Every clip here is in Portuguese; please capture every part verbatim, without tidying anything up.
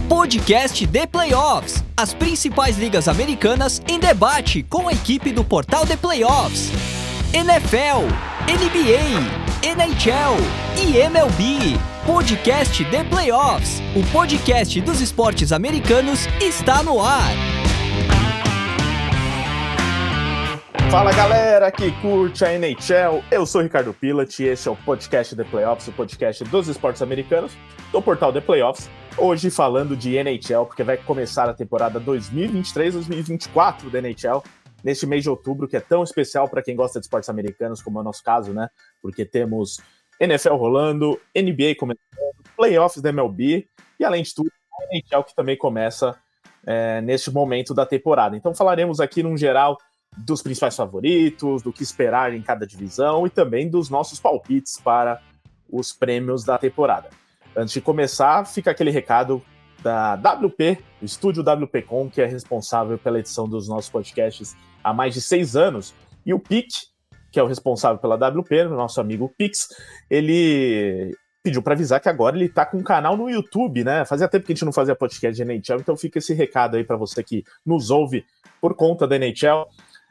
Podcast The Playoffs. As principais ligas americanas em debate com a equipe do portal The Playoffs. N F L, N B A, N H L e M L B. Podcast The Playoffs. O podcast dos esportes americanos está no ar. Fala galera que curte a N H L, eu sou o Ricardo Pilat e esse é o podcast The Playoffs, o podcast dos esportes americanos do portal The Playoffs. Hoje falando de N H L, porque vai começar a temporada dois mil e vinte e três dois mil e vinte e quatro da N H L, neste mês de outubro, que é tão especial para quem gosta de esportes americanos, como é o nosso caso, né? Porque temos N F L rolando, N B A começando, Playoffs da M L B e, além de tudo, a N H L que também começa é, neste momento da temporada. Então falaremos aqui, num geral, dos principais favoritos, do que esperar em cada divisão e também dos nossos palpites para os prêmios da temporada. Antes de começar, fica aquele recado da W P, o estúdio W P Com, que é responsável pela edição dos nossos podcasts há mais de seis anos, e o Pic, que é o responsável pela W P, o nosso amigo Pix, ele pediu para avisar que agora ele está com um canal no YouTube, né? Fazia tempo que a gente não fazia podcast de N H L, então fica esse recado aí para você que nos ouve por conta da N H L,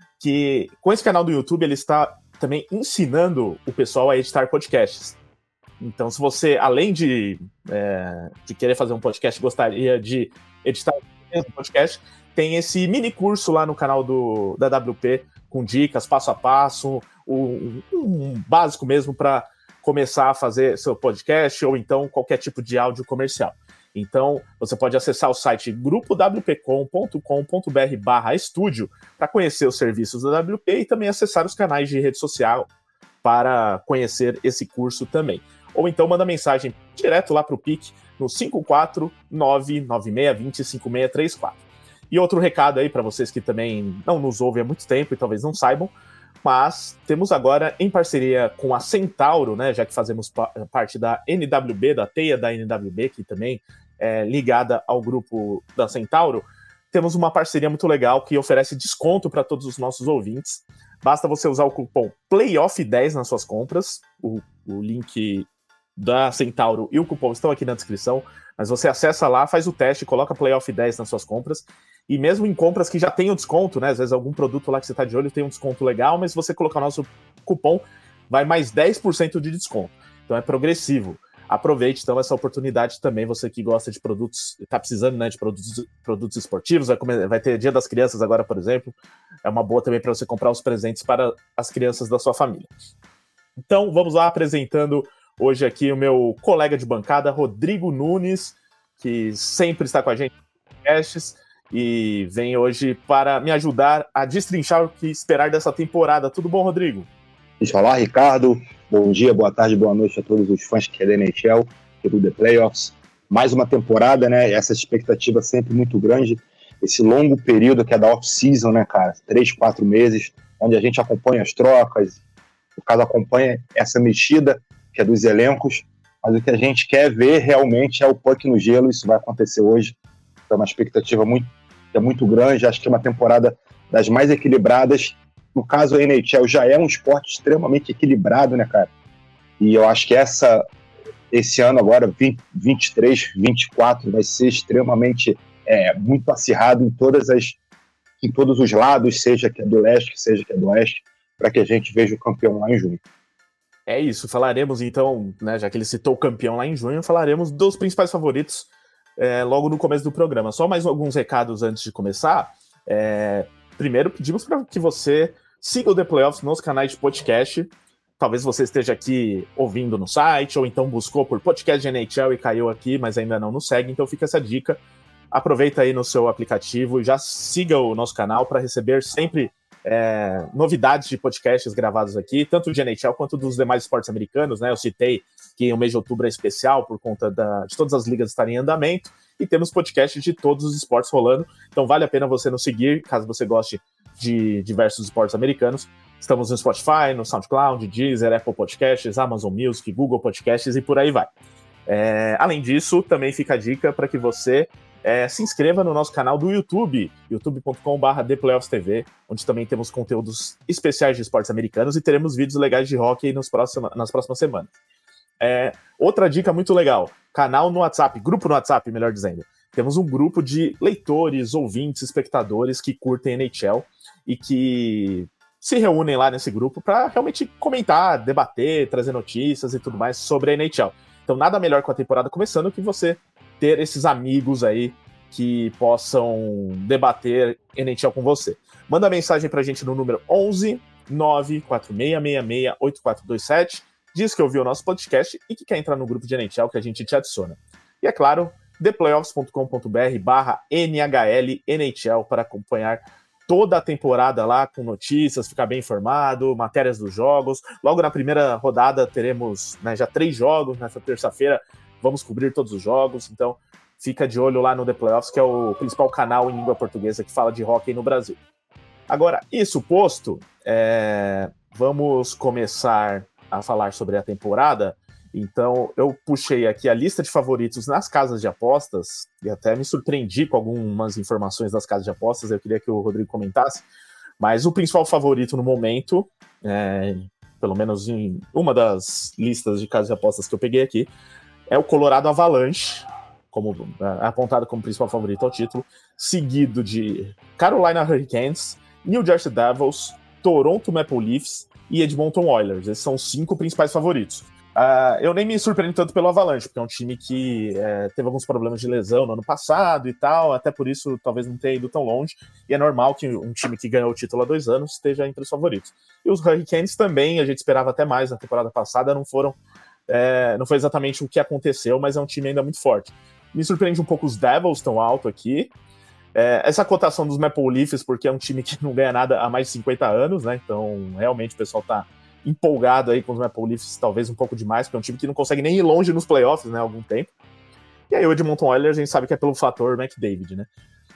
que com esse canal do YouTube ele está também ensinando o pessoal a editar podcasts. Então, se você, além de, é, de querer fazer um podcast, gostaria de editar um podcast, tem esse mini curso lá no canal do, da W P, com dicas, passo a passo, um, um básico mesmo para começar a fazer seu podcast ou então qualquer tipo de áudio comercial. Então, você pode acessar o site grupo w p com ponto com ponto b r barra estúdio para conhecer os serviços da W P e também acessar os canais de rede social para conhecer esse curso também. Ou então manda mensagem direto lá para o Pic no cinco quatro nove nove seis dois zero cinco seis três quatro. E outro recado aí para vocês que também não nos ouvem há muito tempo e talvez não saibam, mas temos agora, em parceria com a Centauro, né, já que fazemos pa- parte da N W B, da teia da N W B, que também é ligada ao grupo da Centauro, temos uma parceria muito legal que oferece desconto para todos os nossos ouvintes. Basta você usar o cupom playoff dez nas suas compras, o, o link da Centauro e o cupom estão aqui na descrição, mas você acessa lá, faz o teste, coloca playoff dez nas suas compras, e mesmo em compras que já tem o desconto, né, às vezes algum produto lá que você está de olho tem um desconto legal, mas se você colocar o nosso cupom, vai mais dez por cento de desconto, então é progressivo. Aproveite, então, essa oportunidade também, você que gosta de produtos, está precisando, né, de produtos, produtos esportivos, vai, comer, vai ter Dia das Crianças agora, por exemplo, é uma boa também para você comprar os presentes para as crianças da sua família. Então, vamos lá, apresentando hoje aqui o meu colega de bancada, Rodrigo Nunes, que sempre está com a gente nos podcasts e vem hoje para me ajudar a destrinchar o que esperar dessa temporada. Tudo bom, Rodrigo? Olá, Ricardo. Bom dia, boa tarde, boa noite a todos os fãs que é da N H L, que é do The Playoffs. Mais uma temporada, né? Essa expectativa sempre muito grande. Esse longo período que é da off-season, né, cara? Três, quatro meses, onde a gente acompanha as trocas, no caso, acompanha essa mexida que é dos elencos, mas o que a gente quer ver realmente é o puck no gelo. Isso vai acontecer hoje. É uma expectativa muito, é muito grande. Acho que é uma temporada das mais equilibradas. No caso, a N H L já é um esporte extremamente equilibrado, né, cara? E eu acho que essa, esse ano agora, vinte, vinte e três, vinte e quatro, vai ser extremamente, é, muito acirrado em, todas as, em todos os lados, seja que é do leste, seja que é do oeste, para que a gente veja o campeão lá em junho. É isso, falaremos então, né, já que ele citou o campeão lá em junho, falaremos dos principais favoritos é, logo no começo do programa. Só mais alguns recados antes de começar. É, primeiro, pedimos para que você siga o The Playoffs nos canais de podcast. Talvez você esteja aqui ouvindo no site, ou então buscou por podcast de N H L e caiu aqui, mas ainda não nos segue, então fica essa dica. Aproveita aí no seu aplicativo e já siga o nosso canal para receber sempre é, novidades de podcasts gravados aqui, tanto de N H L quanto dos demais esportes americanos, né? Eu citei que o mês de outubro é especial por conta da, de todas as ligas estarem em andamento, e temos podcasts de todos os esportes rolando, então vale a pena você nos seguir, caso você goste de diversos esportes americanos. Estamos no Spotify, no SoundCloud, Deezer, Apple Podcasts, Amazon Music, Google Podcasts e por aí vai. É, além disso, também fica a dica para que você é, se inscreva no nosso canal do YouTube, youtube ponto com barra The Playoffs T V, onde também temos conteúdos especiais de esportes americanos e teremos vídeos legais de hockey nos próxima, nas próximas semanas. É, outra dica muito legal, canal no WhatsApp, grupo no WhatsApp, melhor dizendo. temos um grupo de leitores, ouvintes, espectadores que curtem N H L e que se reúnem lá nesse grupo para realmente comentar, debater, trazer notícias e tudo mais sobre a N H L. Então nada melhor com a temporada começando que você ter esses amigos aí que possam debater N H L com você. Manda mensagem pra gente no número onze nove quatro seis seis seis oito quatro dois sete, diz que ouviu o nosso podcast e que quer entrar no grupo de N H L que a gente te adiciona. E é claro, the playoffs ponto com ponto b r barra N H L N H L para acompanhar toda a temporada lá com notícias, ficar bem informado, matérias dos jogos. Logo na primeira rodada teremos, né, já três jogos, nessa terça-feira vamos cobrir todos os jogos, então fica de olho lá no The Playoffs, que é o principal canal em língua portuguesa que fala de hockey no Brasil. Agora, isso posto, é... vamos começar a falar sobre a temporada. Então, eu puxei aqui a lista de favoritos nas casas de apostas, e até me surpreendi com algumas informações das casas de apostas, eu queria que o Rodrigo comentasse, mas o principal favorito no momento, é... pelo menos em uma das listas de casas de apostas que eu peguei aqui, é o Colorado Avalanche, como é, apontado como principal favorito ao título, seguido de Carolina Hurricanes, New Jersey Devils, Toronto Maple Leafs e Edmonton Oilers. Esses são os cinco principais favoritos. Uh, eu nem me surpreendo tanto pelo Avalanche, porque é um time que é, teve alguns problemas de lesão no ano passado e tal, até por isso talvez não tenha ido tão longe, e é normal que um time que ganhou o título há dois anos esteja entre os favoritos. E os Hurricanes também, a gente esperava até mais na temporada passada, não foram, é, não foi exatamente o que aconteceu, mas é um time ainda muito forte. Me surpreende um pouco os Devils tão alto aqui. É, essa cotação dos Maple Leafs, porque é um time que não ganha nada há mais de cinquenta anos, né? Então, realmente, o pessoal tá empolgado aí com os Maple Leafs, talvez um pouco demais, porque é um time que não consegue nem ir longe nos playoffs, né? Há algum tempo. E aí, o Edmonton Oilers, a gente sabe que é pelo fator McDavid, né?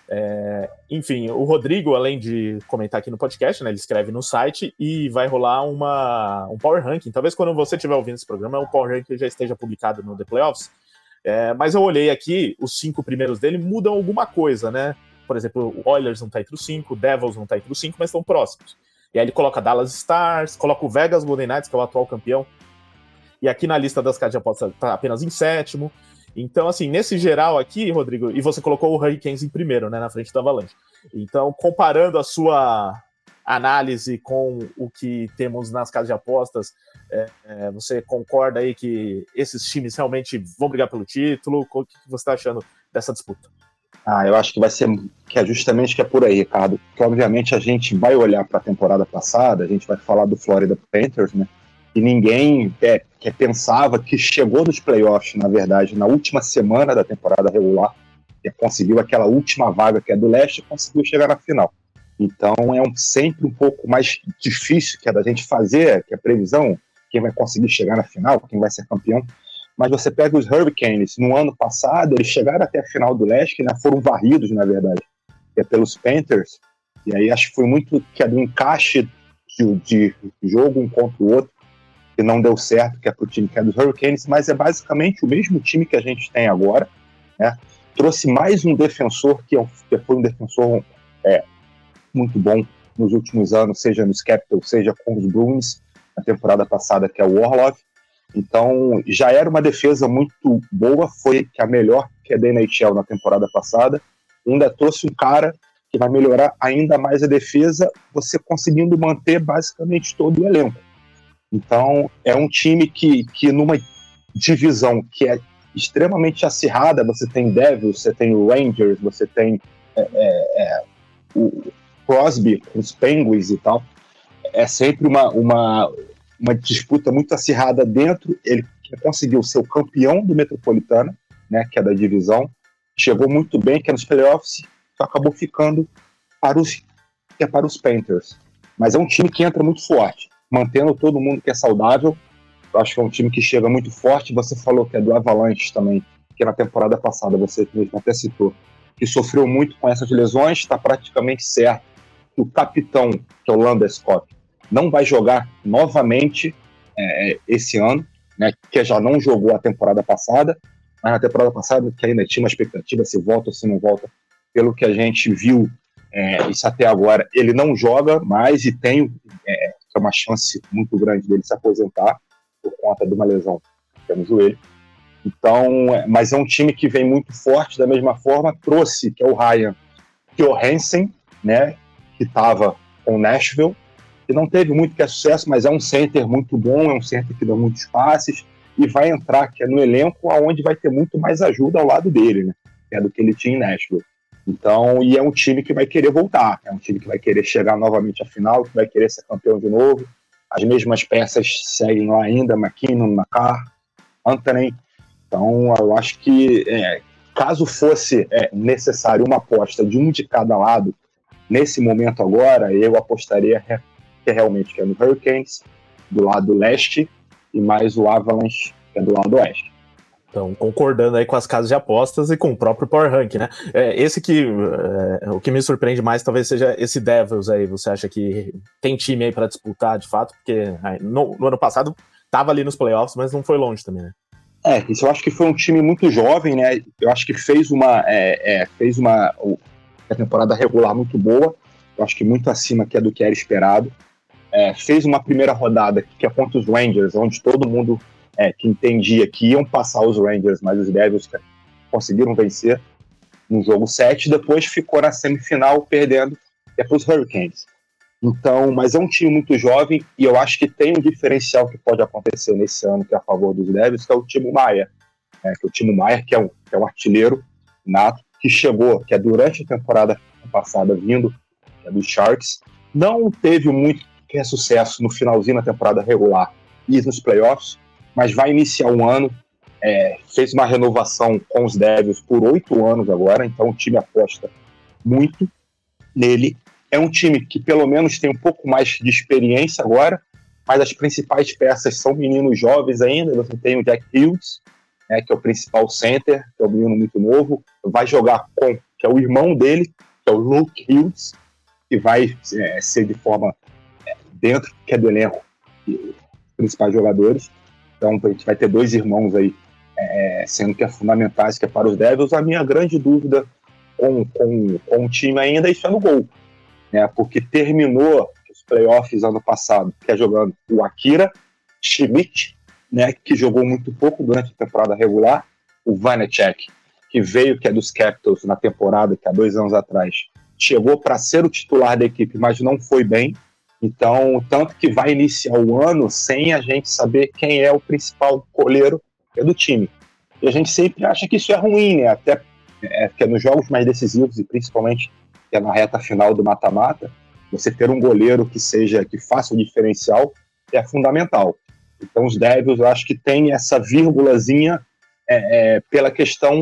É, enfim, o Rodrigo, além de comentar aqui no podcast, né? Ele escreve no site e vai rolar uma, um Power Ranking. Talvez quando você estiver ouvindo esse programa, o Power Ranking já esteja publicado no The Playoffs. É, mas eu olhei aqui, os cinco primeiros dele mudam alguma coisa, né? Por exemplo, o Oilers não tá entre os cinco, o Devils não tá entre os cinco, mas estão próximos. E aí ele coloca Dallas Stars, coloca o Vegas Golden Knights, que é o atual campeão. E aqui na lista das casas de aposta tá apenas em sétimo. Então, assim, nesse geral aqui, Rodrigo, e você colocou o Hurricanes em primeiro, né? Na frente do Avalanche. Então, comparando a sua análise com o que temos nas casas de apostas, é, é, você concorda aí que esses times realmente vão brigar pelo título? O que você está achando dessa disputa? Ah, eu acho que vai ser que é justamente que é por aí, Ricardo. Porque, obviamente, a gente vai olhar para a temporada passada, a gente vai falar do Florida Panthers, né? E ninguém é, que pensava que chegou nos playoffs, na verdade, na última semana da temporada regular, que conseguiu aquela última vaga que é do leste e conseguiu chegar na final. Então é um, sempre um pouco mais difícil que é da gente fazer, que é a previsão, quem vai conseguir chegar na final, quem vai ser campeão. Mas você pega os Hurricanes, no ano passado, eles chegaram até a final do leste, que né, foram varridos, na verdade, é pelos Panthers, e aí acho que foi muito que é do encaixe de, de jogo um contra o outro, que não deu certo, que é pro time que é dos Hurricanes, mas é basicamente o mesmo time que a gente tem agora, né? Trouxe mais um defensor, que, é um, que foi um defensor é, muito bom nos últimos anos, seja nos Capitals, seja com os Bruins, na temporada passada, que é o Orlov. Então, já era uma defesa muito boa, foi a melhor que é da N H L na temporada passada. Ainda trouxe um cara que vai melhorar ainda mais a defesa, você conseguindo manter basicamente todo o elenco. Então, é um time que, que numa divisão que é extremamente acirrada, você tem Devils, você tem o Rangers, você tem é, é, o Crosby, os Penguins e tal, é sempre uma, uma, uma disputa muito acirrada dentro. Ele conseguiu ser o campeão do Metropolitana, né, que é da divisão, chegou muito bem, que é nos playoffs, só acabou ficando para os, que é para os Panthers. Mas é um time que entra muito forte, mantendo todo mundo que é saudável. Eu acho que é um time que chega muito forte. Você falou que é do Avalanche também, que na temporada passada você mesmo até citou, que sofreu muito com essas lesões. Está praticamente certo que o capitão, que é o Landeskog, não vai jogar novamente é, esse ano, né, que já não jogou a temporada passada, mas na temporada passada que ainda tinha uma expectativa se volta ou se não volta. Pelo que a gente viu, é, isso até agora, ele não joga mais e tem é, uma chance muito grande dele se aposentar por conta de uma lesão que é no joelho. Então, mas é um time que vem muito forte, da mesma forma, trouxe, que é o Ryan Johansen, né, que estava com o Nashville, que não teve muito que é sucesso, mas é um center muito bom, é um center que dá muitos passes, e vai entrar que é no elenco aonde vai ter muito mais ajuda ao lado dele, né, que é do que ele tinha em Nashville. Então, e é um time que vai querer voltar, é um time que vai querer chegar novamente à final, que vai querer ser campeão de novo. As mesmas peças seguem lá ainda, McKinnon, McCarr, Anthony. Então, eu acho que é, caso fosse é, necessário uma aposta de um de cada lado, nesse momento agora, eu apostaria que é realmente que é no Hurricanes, do lado leste, e mais o Avalanche, que é do lado oeste. Então, concordando aí com as casas de apostas e com o próprio Power Rank, né? É, esse que, é, o que me surpreende mais talvez seja esse Devils aí. Você acha que tem time aí para disputar de fato? Porque no, no ano passado tava ali nos playoffs, mas não foi longe também, né? É, isso eu acho que foi um time muito jovem, né? Eu acho que fez uma, é, é, fez uma, uma temporada regular muito boa. Eu acho que muito acima que é do que era esperado. É, fez uma primeira rodada que é contra os Rangers, onde todo mundo É, que entendia que iam passar os Rangers, mas os Devils conseguiram vencer no jogo sete, depois ficou na semifinal perdendo é para os Hurricanes. Então, mas é um time muito jovem e eu acho que tem um diferencial que pode acontecer nesse ano que é a favor dos Devils, que é o Timo Meier, né, que é o Timo Meier, que é um, que é um artilheiro nato, que chegou, que é durante a temporada passada vindo é dos Sharks, não teve muito que é sucesso no finalzinho da temporada regular e nos playoffs, mas vai iniciar um ano, é, fez uma renovação com os Devils por oito anos agora, então o time aposta muito nele. É um time que pelo menos tem um pouco mais de experiência agora, mas as principais peças são meninos jovens ainda. Você tem o Jack Hughes, né, que é o principal center, que é um menino muito novo, vai jogar com, que é o irmão dele, que é o Luke Hughes, que vai é, ser de forma é, dentro, que é do elenco, os principais jogadores. Então a gente vai ter dois irmãos aí, é, sendo que é fundamentais, que é para os Devils. A minha grande dúvida com, com, com o time ainda é isso é no gol, né? Porque terminou os playoffs ano passado, que é jogando o Akira Schmidt, né, que jogou muito pouco durante a temporada regular, o Vanecek, que veio, que é dos Capitals na temporada, que há dois anos atrás, chegou para ser o titular da equipe, mas não foi bem. Então, tanto que vai iniciar o ano sem a gente saber quem é o principal goleiro do time. E a gente sempre acha que isso é ruim, né? Até é, que é nos jogos mais decisivos e principalmente que é na reta final do mata-mata, você ter um goleiro que seja, que faça o diferencial é fundamental. Então, os Devils, eu acho que tem essa vírgulazinha é, é, pela questão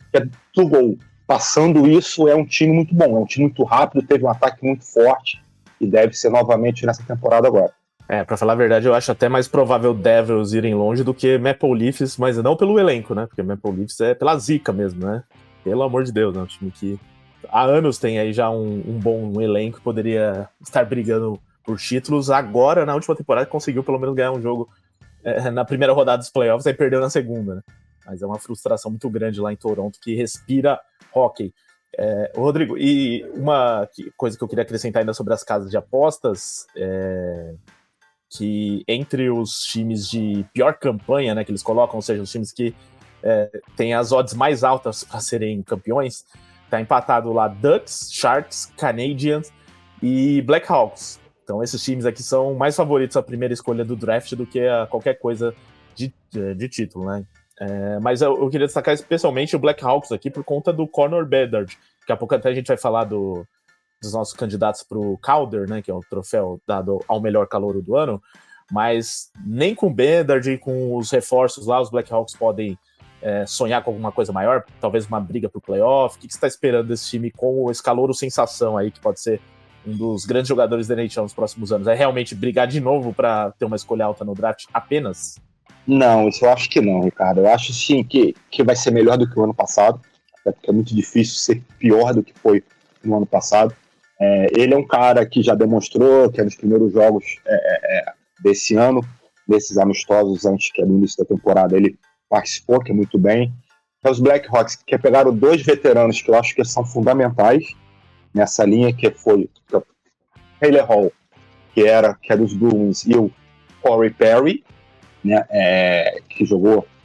do gol. Passando isso, é um time muito bom, é um time muito rápido, teve um ataque muito forte, e deve ser novamente nessa temporada agora. É, pra falar a verdade, eu acho até mais provável Devils irem longe do que Maple Leafs, mas não pelo elenco, né? Porque Maple Leafs é pela zica mesmo, né? Pelo amor de Deus, é um time que há anos tem aí já um, um bom elenco, poderia estar brigando por títulos. Agora, na última temporada, conseguiu pelo menos ganhar um jogo é, na primeira rodada dos playoffs, aí perdeu na segunda, né? Mas é uma frustração muito grande lá em Toronto, que respira hockey. É, Rodrigo, e uma coisa que eu queria acrescentar ainda sobre as casas de apostas é que entre os times de pior campanha, né, que eles colocam, ou seja, os times que é, têm as odds mais altas para serem campeões, tá empatado lá Ducks, Sharks, Canadiens e Blackhawks. Então esses times aqui são mais favoritos à primeira escolha do draft do que a qualquer coisa de, de, de título, né? É, mas eu, eu queria destacar especialmente o Blackhawks aqui por conta do Connor Bedard. Daqui a pouco até a gente vai falar do, dos nossos candidatos para o Calder, né, que é o troféu dado ao melhor calouro do ano, mas nem com o Bedard e com os reforços lá, os Blackhawks podem é, sonhar com alguma coisa maior, talvez uma briga para o playoff. O que, que você está esperando desse time com esse calouro sensação aí, que pode ser um dos grandes jogadores da N H L nos próximos anos? É realmente brigar de novo para ter uma escolha alta no draft apenas? Não, isso eu acho que não, Ricardo. Eu acho sim que, que vai ser melhor do que o ano passado, até porque é muito difícil ser pior do que foi no ano passado. É, ele é um cara que já demonstrou que é nos primeiros jogos é, é, desse ano, desses amistosos antes que é no início da temporada, ele participou, que é muito bem. Então, os Blackhawks, que pegaram dois veteranos que eu acho que são fundamentais nessa linha, que foi o Taylor Hall, que era, que é dos Bruins, e o Corey Perry, né, é, que jogou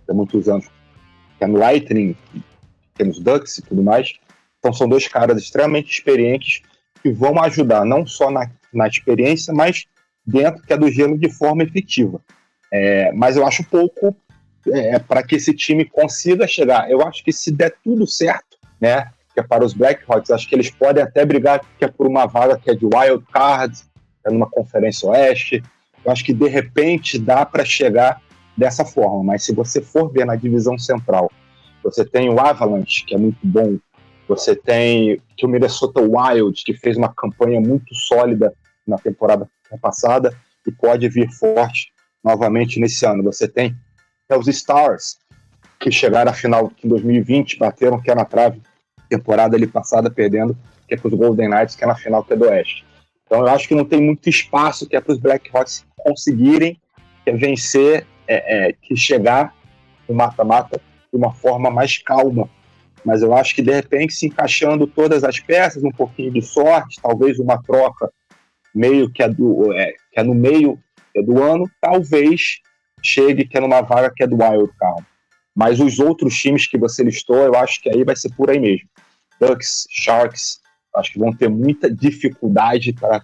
há muitos anos, que é no Lightning, temos Ducks e tudo mais. Então são dois caras extremamente experientes que vão ajudar não só na, na experiência, mas dentro que é do gelo de forma efetiva. É, mas eu acho pouco é, para que esse time consiga chegar. Eu acho que se der tudo certo, né, que é para os Blackhawks, acho que eles podem até brigar que é por uma vaga que é de wild card, é numa Conferência Oeste. Eu acho que de repente dá para chegar dessa forma, mas se você for ver na divisão central, você tem o Avalanche, que é muito bom, você tem o Minnesota Wild, que fez uma campanha muito sólida na temporada passada e pode vir forte novamente nesse ano. Você tem os Stars, que chegaram à final em dois mil e vinte, bateram que é na trave, temporada ali passada perdendo, que é para os Golden Knights, que é na final que é do Oeste. Então eu acho que não tem muito espaço que é para os Blackhawks conseguirem que é vencer, é, é, que chegar no mata-mata de uma forma mais calma. Mas eu acho que de repente se encaixando todas as peças, um pouquinho de sorte, talvez uma troca meio que é, do, é, que é no meio é do ano, talvez chegue que é numa vaga que é do wild card. Mas os outros times que você listou, eu acho que aí vai ser por aí mesmo. Ducks, Sharks, acho que vão ter muita dificuldade para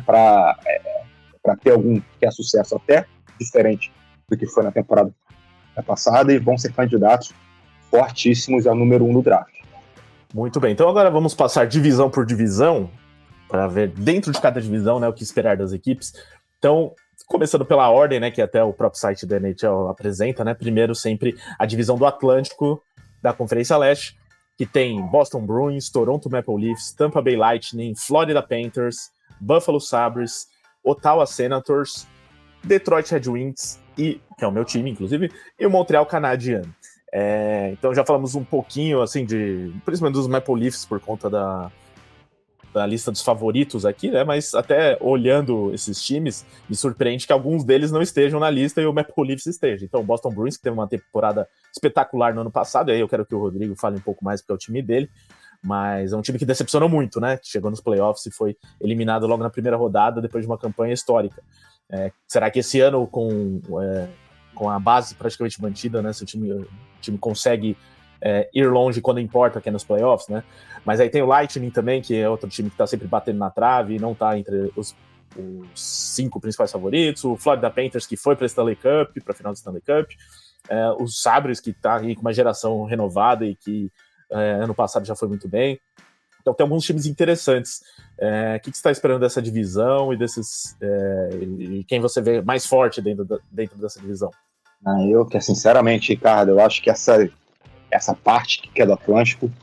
é, para ter algum que é sucesso, até diferente do que foi na temporada passada, e vão ser candidatos fortíssimos ao número um do draft. Muito bem, então agora vamos passar divisão por divisão para ver dentro de cada divisão, né, o que esperar das equipes. Então, começando pela ordem, né, que até o próprio site da N H L apresenta, né, primeiro sempre a divisão do Atlântico da Conferência Leste, que tem Boston Bruins, Toronto Maple Leafs, Tampa Bay Lightning, Florida Panthers, Buffalo Sabres, Ottawa Senators, Detroit Red Wings, e, que é o meu time, inclusive, e o Montreal Canadiens. É, então já falamos um pouquinho, assim, de, principalmente dos Maple Leafs por conta da, da lista dos favoritos aqui, né, mas até olhando esses times, me surpreende que alguns deles não estejam na lista e o Maple Leafs esteja. Então o Boston Bruins, que teve uma temporada espetacular no ano passado, e aí eu quero que o Rodrigo fale um pouco mais porque é o time dele, mas é um time que decepcionou muito, né, que chegou nos playoffs e foi eliminado logo na primeira rodada depois de uma campanha histórica. É, será que esse ano, com, é, com a base praticamente mantida, né, se o time, o time consegue é, ir longe quando importa, que é nos playoffs, né? Mas aí tem o Lightning também, que é outro time que está sempre batendo na trave e não está entre os, os cinco principais favoritos. O Florida Panthers, que foi para a Stanley Cup, para a final da Stanley Cup. É, os Sabres, que está aí com uma geração renovada e que é, ano passado já foi muito bem. Então tem alguns times interessantes. É, o que, que você está esperando dessa divisão e desses é, e quem você vê mais forte dentro, da, dentro dessa divisão? Ah, eu que, sinceramente, Ricardo, eu acho que essa, essa parte que é do Atlântico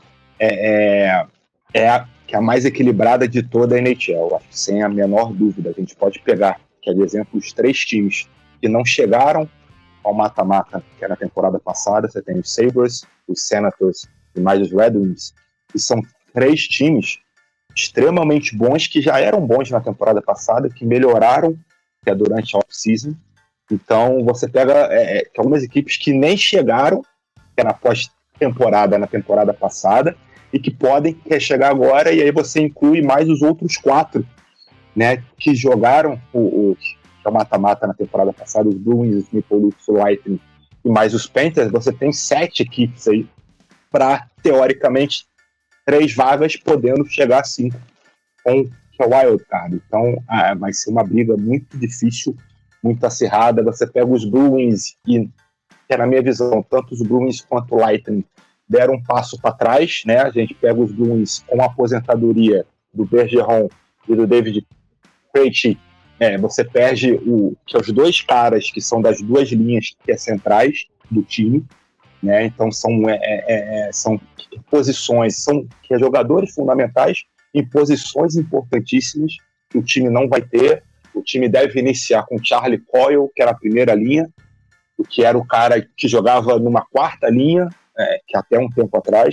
é, é, é, a, que é a mais equilibrada de toda a N H L, acho que sem a menor dúvida. A gente pode pegar, que é de exemplo, os três times que não chegaram ao mata-mata, que era na temporada passada. Você tem os Sabres, os Senators e mais os Red Wings, que são três times extremamente bons, que já eram bons na temporada passada, que melhoraram que é durante a off-season. Então você pega é, algumas equipes que nem chegaram, que é na pós-temporada, na temporada passada, e que podem quer chegar agora, e aí você inclui mais os outros quatro, né, que jogaram o, o mata-mata na temporada passada, os Bruins, os Maple Leafs, o Lightning e mais os Panthers. Você tem sete equipes aí para, teoricamente, três vagas, podendo chegar a cinco com o wild card. Então ah, vai ser uma briga muito difícil, muito acirrada. Você pega os Bruins e, que é na minha visão, tanto os Bruins quanto o Lightning deram um passo para trás, né? A gente pega os Bruins com a aposentadoria do Bergeron e do David Krejci. É, você perde o, que é os dois caras que são das duas linhas que é centrais do time, né? Então são, é, é, são posições, são que é jogadores fundamentais em posições importantíssimas que o time não vai ter. O time deve iniciar com Charlie Coyle, que era a primeira linha, o que era o cara que jogava numa quarta linha, é, que até um tempo atrás.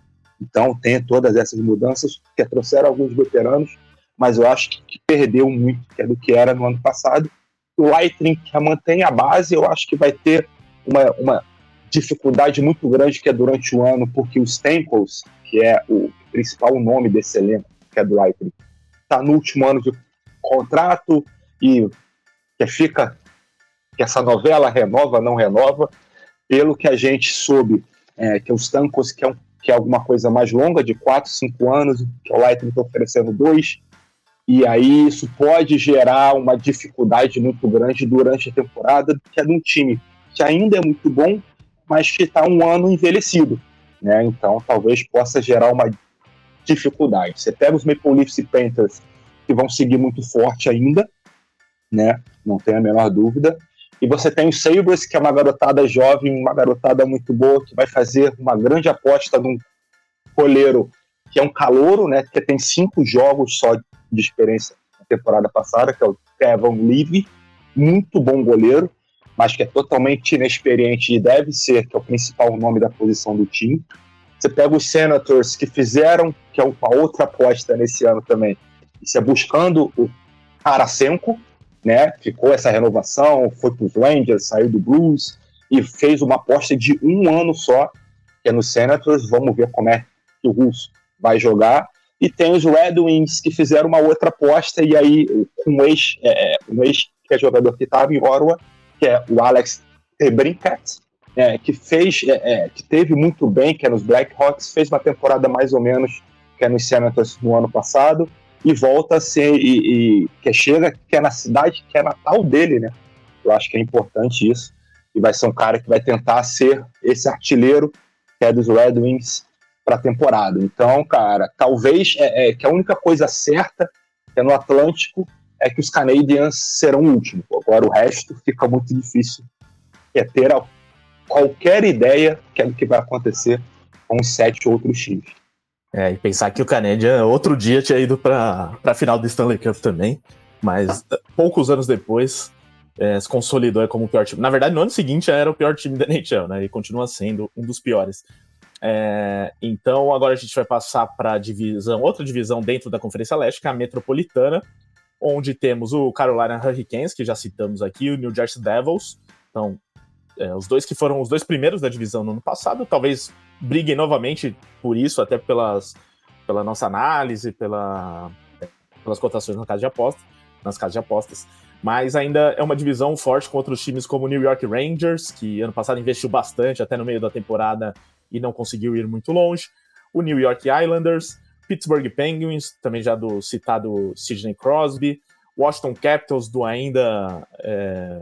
Então tem todas essas mudanças que trouxeram alguns veteranos, mas eu acho que, que perdeu muito que é do que era no ano passado. O Lightning, que mantém a base, eu acho que vai ter uma, uma dificuldade muito grande que é durante o ano, porque o Staples, que é o principal nome desse elenco, que é do Lightning, está no último ano de contrato e que fica que essa novela renova, não renova. pelo que a gente soube, é, que é o Stamkos, que é, um, que é alguma coisa mais longa, de quatro, cinco anos, que o Lightning está oferecendo dois, e aí isso pode gerar uma dificuldade muito grande durante a temporada, que é de um time que ainda é muito bom, mas que está um ano envelhecido, né? Então talvez possa gerar uma dificuldade. Você pega os Maple Leafs e Panthers, que vão seguir muito forte ainda, né? Não tem a menor dúvida. E você tem o Sabres, que é uma garotada jovem, uma garotada muito boa, que vai fazer uma grande aposta num goleiro que é um calouro, né? Que tem cinco jogos só de experiência na temporada passada, que é o Kevin Levy, muito bom goleiro, mas que é totalmente inexperiente e deve ser, que é o principal nome da posição do time. Você pega os Senators, que fizeram, que é uma outra aposta nesse ano também, isso é buscando o Tarasenko, né? Ficou essa renovação, foi para os Rangers, saiu do Blues e fez uma aposta de um ano só, que é no Senators. Vamos ver como é que o Russo vai jogar. E tem os Red Wings, que fizeram uma outra aposta, e aí um ex, é, um ex que é jogador que estava em Ottawa, que é o Alex Brinkat, é, que fez, é, é, que teve muito bem, que é nos Blackhawks, fez uma temporada mais ou menos, que é nos Senators no ano passado, e volta a ser, e, e que chega, que é na cidade, que é natal dele, né? Eu acho que é importante isso, e vai ser um cara que vai tentar ser esse artilheiro, que é dos Red Wings, para a temporada. Então, cara, talvez é, é, que a única coisa certa que é no Atlântico é que os Canadiens serão o último. Agora o resto fica muito difícil. É ter a, qualquer ideia que é do que vai acontecer com os sete outros times. É, e pensar que o Canadiens outro dia tinha ido para a final do Stanley Cup também, mas poucos anos depois é, se consolidou como o pior time. Na verdade, no ano seguinte era o pior time da N H L, né? E continua sendo um dos piores. É, então agora a gente vai passar para a divisão, outra divisão dentro da Conferência Leste, que é a Metropolitana, onde temos o Carolina Hurricanes, que já citamos aqui, e o New Jersey Devils. Então, é, os dois que foram os dois primeiros da divisão no ano passado, talvez briguem novamente por isso, até pelas, pela nossa análise, pela, pelas cotações na casa de apostas, nas casas de apostas. Mas ainda é uma divisão forte com outros times como o New York Rangers, que ano passado investiu bastante, até no meio da temporada, e não conseguiu ir muito longe. O New York Islanders, Pittsburgh Penguins, também já do citado Sidney Crosby, Washington Capitals, do ainda é,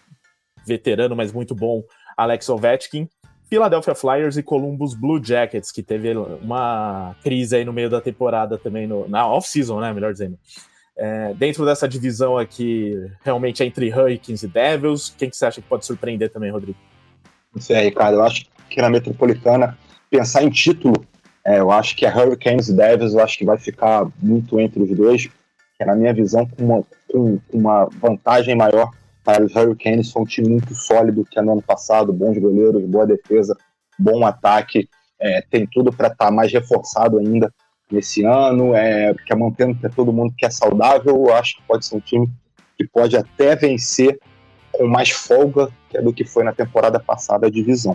veterano, mas muito bom, Alex Ovechkin, Philadelphia Flyers e Columbus Blue Jackets, que teve uma crise aí no meio da temporada também, no, na off-season, né, melhor dizendo. É, dentro dessa divisão aqui, realmente é entre Hurricanes e Devils. Quem que você acha que pode surpreender também, Rodrigo? Isso aí, Ricardo. Eu acho que na Metropolitana, pensar em título, é, eu acho que é Hurricanes e Devils, eu acho que vai ficar muito entre os dois, que na minha visão, com uma, com uma vantagem maior para os Hurricanes. Foi um time muito sólido que é no ano passado, bons goleiros, boa defesa, bom ataque, é, tem tudo para estar tá mais reforçado ainda nesse ano, é, porque mantendo que todo mundo que é saudável, eu acho que pode ser um time que pode até vencer com mais folga que é do que foi na temporada passada a divisão.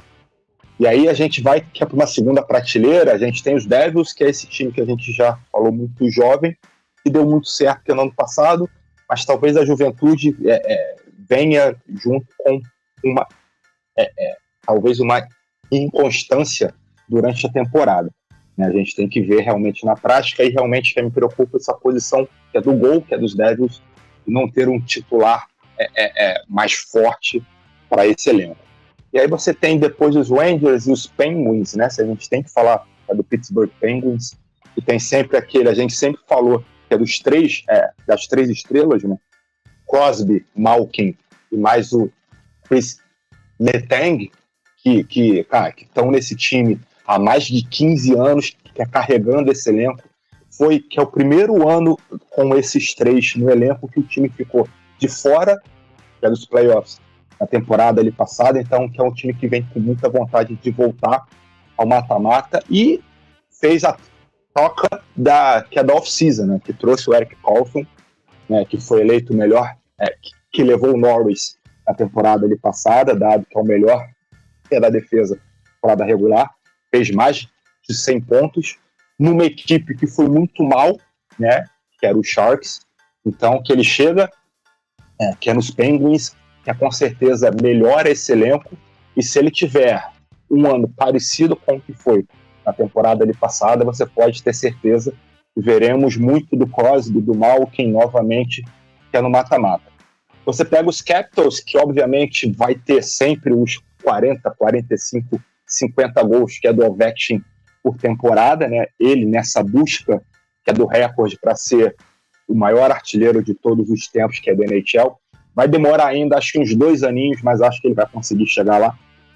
E aí a gente vai que é para uma segunda prateleira, a gente tem os Devils, que é esse time que a gente já falou, muito jovem, que deu muito certo no ano passado, mas talvez a juventude é, é, venha junto com uma é, é, talvez uma inconstância durante a temporada. A gente tem que ver realmente na prática, e realmente que me preocupa essa posição que é do gol, que é dos Devils, e não ter um titular é, é, é, mais forte para esse elenco. E aí você tem depois os Rangers e os Penguins, né? Se a gente tem que falar é do Pittsburgh Penguins, que tem sempre aquele, a gente sempre falou que é dos três, é, das três estrelas, né? Crosby, Malkin e mais o Chris Letang, que que cara, que estão nesse time há mais de quinze anos, que é carregando esse elenco. Foi que é o primeiro ano com esses três no elenco que o time ficou de fora, que é dos playoffs, na temporada ali passada, então que é um time que vem com muita vontade de voltar ao mata-mata, e fez a troca da, que é da off-season, né, que trouxe o Erik Karlsson, né, que foi eleito o melhor, é, que, que levou o Norris na temporada ali passada, dado que é o melhor que é da defesa temporada regular, fez mais de cem pontos, numa equipe que foi muito mal, né, que era o Sharks, então que ele chega, é, que é nos Penguins, que é com certeza melhora esse elenco, E se ele tiver um ano parecido com o que foi na temporada ali passada, você pode ter certeza que veremos muito do Crosby, do Malkin novamente, que é no mata-mata. Você pega os Capitals, que obviamente vai ter sempre os quarenta, quarenta e cinco, cinquenta gols, que é do Ovechkin por temporada, né? Ele nessa busca, que é do recorde para ser o maior artilheiro de todos os tempos, que é do N H L. Vai demorar ainda, acho que uns dois aninhos, mas acho que ele vai conseguir chegar lá.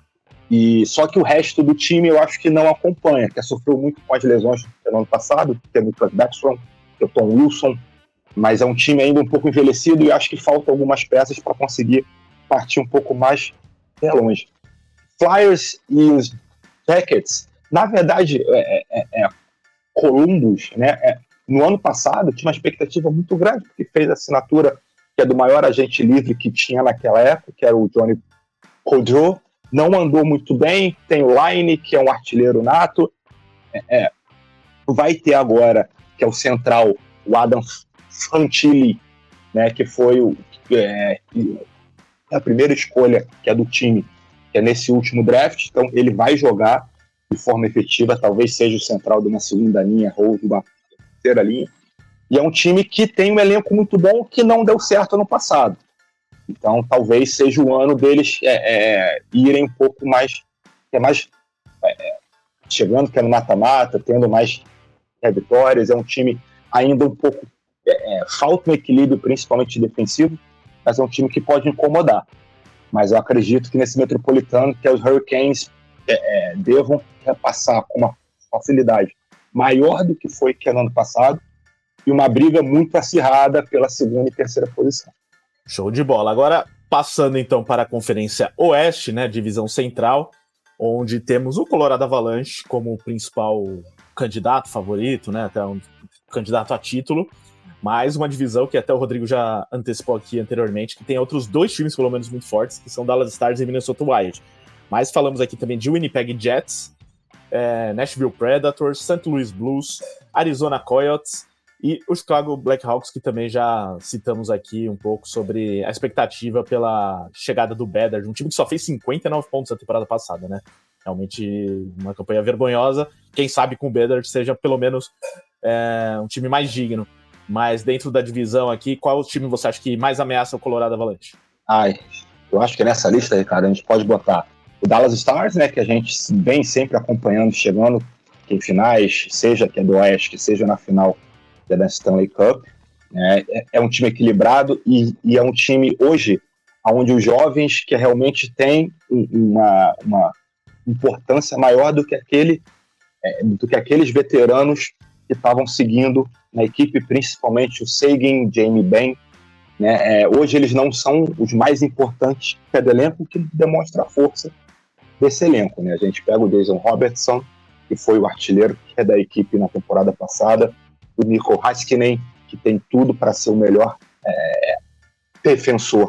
E só que o resto do time eu acho que não acompanha, que sofreu muito com as lesões no ano passado, que é o Nicklas Backstrom, que é o Tom Wilson, mas é um time ainda um pouco envelhecido e acho que faltam algumas peças para conseguir partir um pouco mais é, longe. Flyers e os Jackets, na verdade, é, é, é Columbus, né? É, no ano passado tinha uma expectativa muito grande, porque fez a assinatura que é do maior agente livre que tinha naquela época, que era o Johnny Gaudreau. Não andou muito bem, tem o Line, que é um artilheiro nato, é, é, vai ter agora, que é o central, o Adam Fantilli, né, que foi o, é, a primeira escolha que é do time, que é nesse último draft, então ele vai jogar de forma efetiva, talvez seja o central de uma segunda linha ou de uma terceira linha, e é um time que tem um elenco muito bom que não deu certo no passado. Então, talvez seja o ano deles é, é, irem um pouco mais, é mais é, chegando que é no mata-mata, tendo mais é, vitórias. É um time ainda um pouco é, falta um equilíbrio, principalmente defensivo, mas é um time que pode incomodar. Mas eu acredito que nesse Metropolitano, que os Hurricanes é, é, devam passar com uma facilidade maior do que foi que no ano passado e uma briga muito acirrada pela segunda e terceira posição. Show de bola. Agora, passando então para a Conferência Oeste, né, divisão central, onde temos o Colorado Avalanche como o principal candidato favorito, né, até um candidato a título, mais uma divisão que até o Rodrigo já antecipou aqui anteriormente, que tem outros dois times, pelo menos, muito fortes, que são Dallas Stars e Minnesota Wild. Mas falamos aqui também de Winnipeg Jets, é, Nashville Predators, Saint Louis Blues, Arizona Coyotes, e o Chicago Blackhawks, que também já citamos aqui um pouco sobre a expectativa pela chegada do Bedard, um time que só fez cinquenta e nove pontos na temporada passada, né? Realmente uma campanha vergonhosa. Quem sabe com o Bedard seja pelo menos é, um time mais digno. Mas dentro da divisão aqui, qual time você acha que mais ameaça o Colorado Avalanche? Ai, eu acho que nessa lista, Ricardo, a gente pode botar o Dallas Stars, né? Que a gente vem sempre acompanhando, chegando em finais, seja que é do Oeste, que seja na final da Stanley Cup, né? é, é um time equilibrado e, e é um time hoje onde os jovens que realmente têm uma, uma importância maior do que, aquele, é, do que aqueles veteranos que estavam seguindo na equipe, principalmente o Seguin, Jamie Benn, né? é, hoje eles não são os mais importantes do elenco, que demonstra a força desse elenco, né? A gente pega o Jason Robertson, que foi o artilheiro que é da equipe na temporada passada, o Nico Haskinen, que tem tudo para ser o melhor é, defensor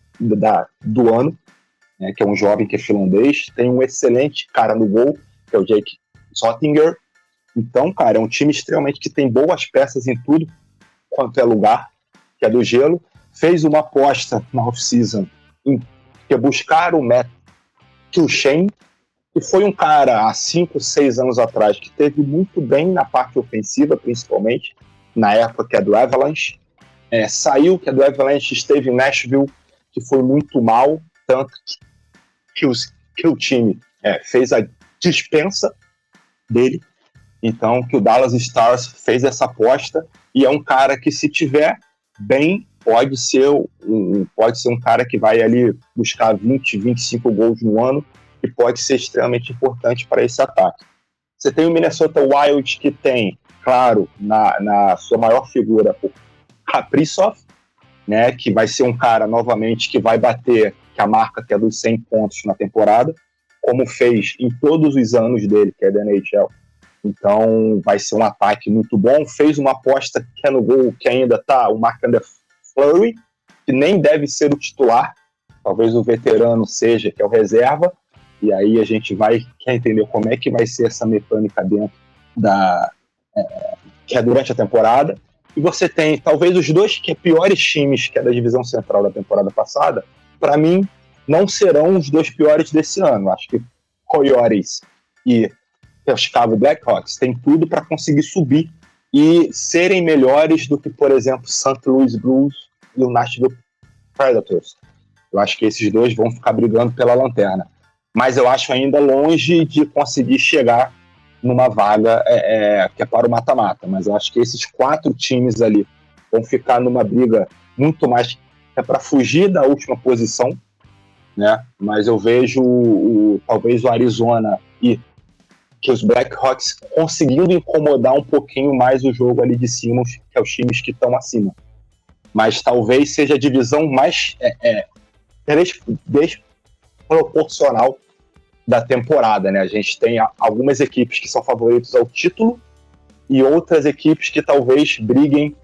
da, do ano, né, que é um jovem que é finlandês, tem um excelente cara no gol, que é o Jake Sottinger. Então, cara, é um time extremamente que tem boas peças em tudo quanto é lugar, que é do gelo. Fez uma aposta na off-season em que é buscar o Matt Duchene, que foi um cara há cinco, seis anos atrás que teve muito bem na parte ofensiva, principalmente, na época que é do Avalanche. É, saiu que é do Avalanche, esteve em Nashville, que foi muito mal, tanto que, os, que o time é, fez a dispensa dele. Então, que o Dallas Stars fez essa aposta e é um cara que, se tiver bem, pode ser um, pode ser um cara que vai ali buscar vinte, vinte e cinco gols no ano, que pode ser extremamente importante para esse ataque. Você tem o Minnesota Wild, que tem, claro, na, na sua maior figura, o Kaprizov, né, que vai ser um cara, novamente, que vai bater que a marca que é dos cem pontos na temporada, como fez em todos os anos dele, que é da N H L. Então, vai ser um ataque muito bom. Fez uma aposta que é no gol, que ainda está o Marc-André Fleury, que nem deve ser o titular, talvez o veterano seja, que é o reserva. E aí a gente vai quer entender como é que vai ser essa mecânica dentro da é, que é durante a temporada. E você tem talvez os dois que é piores times que é da divisão central da temporada passada. Para mim, não serão os dois piores desse ano. Acho que Coyotes e o Chicago Blackhawks têm tudo para conseguir subir e serem melhores do que, por exemplo, Saint Louis Blues e o Nashville Predators. Eu acho que esses dois vão ficar brigando pela lanterna. Mas eu acho ainda longe de conseguir chegar numa vaga é, é, que é para o mata-mata. Mas eu acho que esses quatro times ali vão ficar numa briga muito mais é para fugir da última posição, né? Mas eu vejo o, o, talvez o Arizona e que os Blackhawks conseguindo incomodar um pouquinho mais o jogo ali de cima, que é os times que estão acima. Mas talvez seja a divisão mais é, é, desproporcional da temporada, né? A gente tem algumas equipes que são favoritos ao título e outras equipes que talvez briguem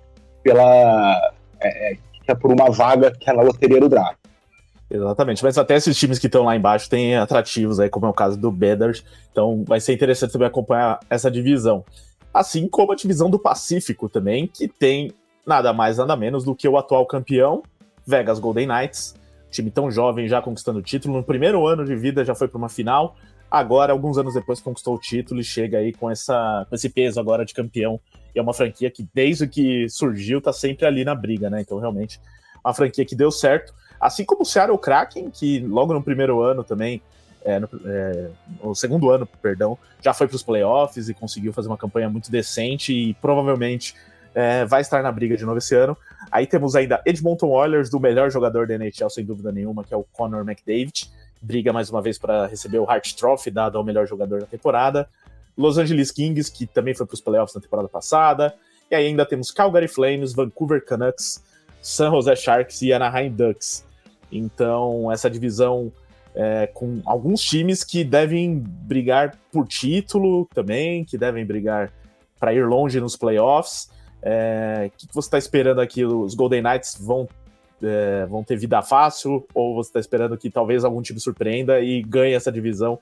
pela, é, é, por uma vaga que é na loteria do draft. Exatamente, mas até esses times que estão lá embaixo têm atrativos aí, como é o caso do Badgers, então vai ser interessante também acompanhar essa divisão. Assim como a divisão do Pacífico também, que tem nada mais, nada menos do que o atual campeão, Vegas Golden Knights, time tão jovem já conquistando o título, no primeiro ano de vida já foi para uma final, agora, alguns anos depois, conquistou o título e chega aí com, essa, com esse peso agora de campeão, e é uma franquia que desde que surgiu tá sempre ali na briga, né? Então realmente, uma franquia que deu certo. Assim como o Seattle Kraken, que logo no primeiro ano também, é, no, é, no segundo ano, perdão, já foi para os playoffs e conseguiu fazer uma campanha muito decente e provavelmente é, vai estar na briga de novo esse ano. Aí temos ainda Edmonton Oilers, do melhor jogador da N H L, sem dúvida nenhuma, que é o Connor McDavid. Briga mais uma vez para receber o Hart Trophy, dado ao melhor jogador da temporada. Los Angeles Kings, que também foi para os playoffs na temporada passada. E aí ainda temos Calgary Flames, Vancouver Canucks, San Jose Sharks e Anaheim Ducks. Então, essa divisão é, com alguns times que devem brigar por título também, que devem brigar para ir longe nos playoffs. É, o que você está esperando aqui? Os Golden Knights vão, é, vão ter vida fácil? Ou você está esperando que talvez algum time surpreenda e ganhe essa divisão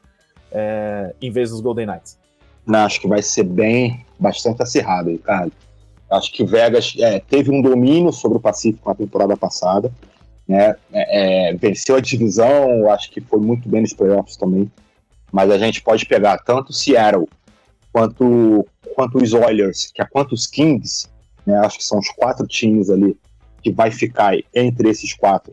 é, em vez dos Golden Knights? Não, acho que vai ser bem, bastante acirrado, Ricardo. Acho que o Vegas é, teve um domínio sobre o Pacífico na temporada passada, né? É, é, venceu a divisão, acho que foi muito bem nos playoffs também, mas a gente pode pegar tanto o Seattle quanto, quanto os Oilers, que é quanto os Kings, né? Acho que são os quatro times ali que vai ficar entre esses quatro,